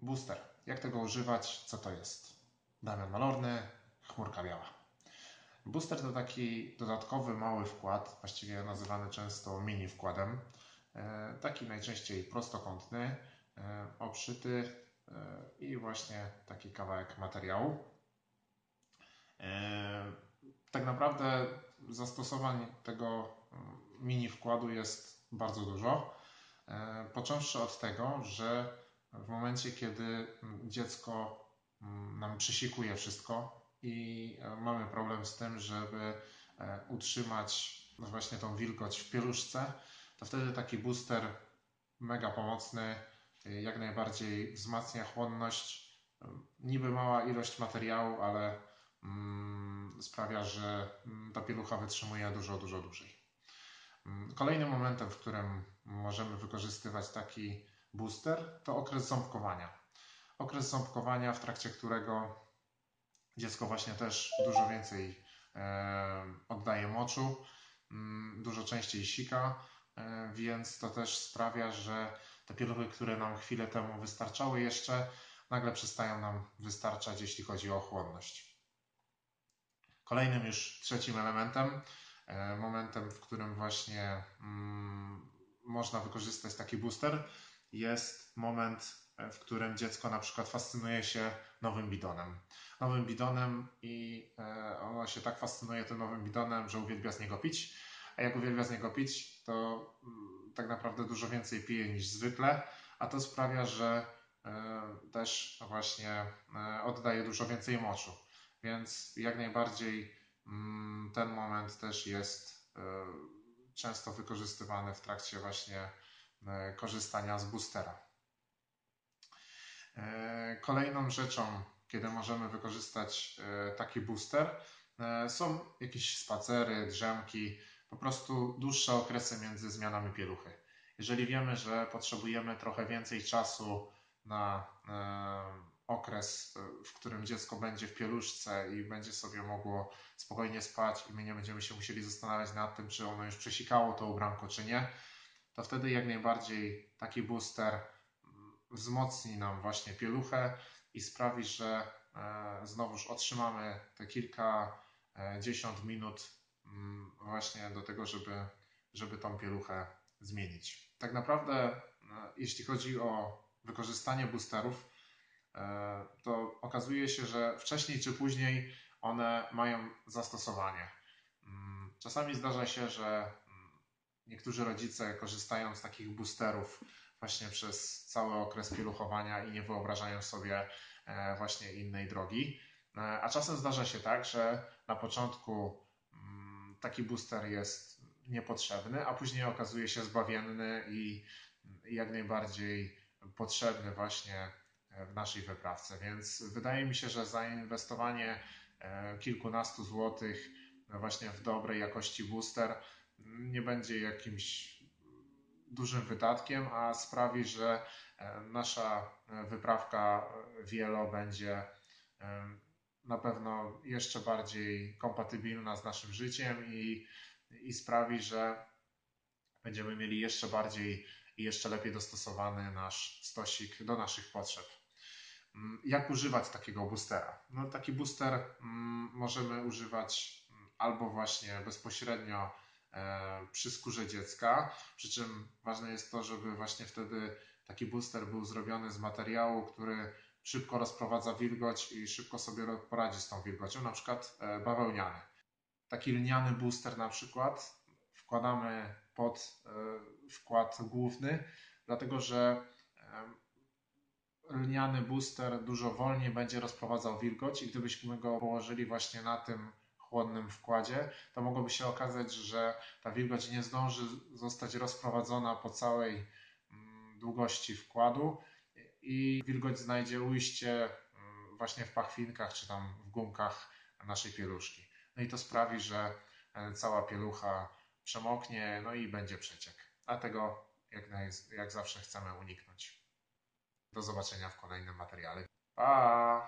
Booster. Jak tego używać? Co to jest? Damian Malorny, chmurka biała. Booster to taki dodatkowy mały wkład, właściwie nazywany często mini wkładem. Taki najczęściej prostokątny, obszyty i właśnie taki kawałek materiału. Tak naprawdę zastosowań tego mini wkładu jest bardzo dużo. Począwszy od tego, że w momencie, kiedy dziecko nam przysikuje wszystko i mamy problem z tym, żeby utrzymać właśnie tą wilgoć w pieluszce, to wtedy taki booster mega pomocny, jak najbardziej wzmacnia chłonność. Niby mała ilość materiału, ale sprawia, że ta pielucha wytrzymuje dużo dłużej. Kolejnym momentem, w którym możemy wykorzystywać taki booster, to okres ząbkowania. Okres ząbkowania, w trakcie którego dziecko właśnie też dużo więcej oddaje moczu, dużo częściej sika, więc to też sprawia, że te pieluchy, które nam chwilę temu wystarczały jeszcze, nagle przestają nam wystarczać, jeśli chodzi o chłonność. Kolejnym już trzecim elementem, momentem, w którym właśnie można wykorzystać taki booster, jest moment, w którym dziecko na przykład fascynuje się nowym bidonem. Nowym bidonem i ono się tak fascynuje tym nowym bidonem, że uwielbia z niego pić. A jak uwielbia z niego pić, to tak naprawdę dużo więcej pije niż zwykle, a to sprawia, że też właśnie oddaje dużo więcej moczu. Więc jak najbardziej ten moment też jest często wykorzystywany w trakcie właśnie korzystania z boostera. Kolejną rzeczą, kiedy możemy wykorzystać taki booster, są jakieś spacery, drzemki, po prostu dłuższe okresy między zmianami pieluchy. Jeżeli wiemy, że potrzebujemy trochę więcej czasu na okres, w którym dziecko będzie w pieluszce i będzie sobie mogło spokojnie spać i my nie będziemy się musieli zastanawiać nad tym, czy ono już przesikało to ubranko, czy nie, to wtedy jak najbardziej taki booster wzmocni nam właśnie pieluchę i sprawi, że znowuż otrzymamy te kilkadziesiąt minut właśnie do tego, żeby tą pieluchę zmienić. Tak naprawdę jeśli chodzi o wykorzystanie boosterów, to okazuje się, że wcześniej czy później one mają zastosowanie. Czasami zdarza się, że niektórzy rodzice korzystają z takich boosterów właśnie przez cały okres pieluchowania i nie wyobrażają sobie właśnie innej drogi. A czasem zdarza się tak, że na początku taki booster jest niepotrzebny, a później okazuje się zbawienny i jak najbardziej potrzebny właśnie w naszej wyprawce. Więc wydaje mi się, że zainwestowanie kilkunastu złotych właśnie w dobrej jakości booster nie będzie jakimś dużym wydatkiem, a sprawi, że nasza wyprawka wielo będzie na pewno jeszcze bardziej kompatybilna z naszym życiem i sprawi, że będziemy mieli jeszcze bardziej i jeszcze lepiej dostosowany nasz stosik do naszych potrzeb. Jak używać takiego boostera? No, taki booster możemy używać albo właśnie bezpośrednio przy skórze dziecka, przy czym ważne jest to, żeby właśnie wtedy taki booster był zrobiony z materiału, który szybko rozprowadza wilgoć i szybko sobie poradzi z tą wilgocią, na przykład bawełniany. Taki lniany booster na przykład wkładamy pod wkład główny, dlatego że lniany booster dużo wolniej będzie rozprowadzał wilgoć i gdybyśmy go położyli właśnie na tym chłodnym wkładzie, to mogłoby się okazać, że ta wilgoć nie zdąży zostać rozprowadzona po całej długości wkładu i wilgoć znajdzie ujście właśnie w pachwinkach czy tam w gumkach naszej pieluszki. No i to sprawi, że cała pielucha przemoknie, no i będzie przeciek. A tego jak zawsze chcemy uniknąć. Do zobaczenia w kolejnym materiale. Pa!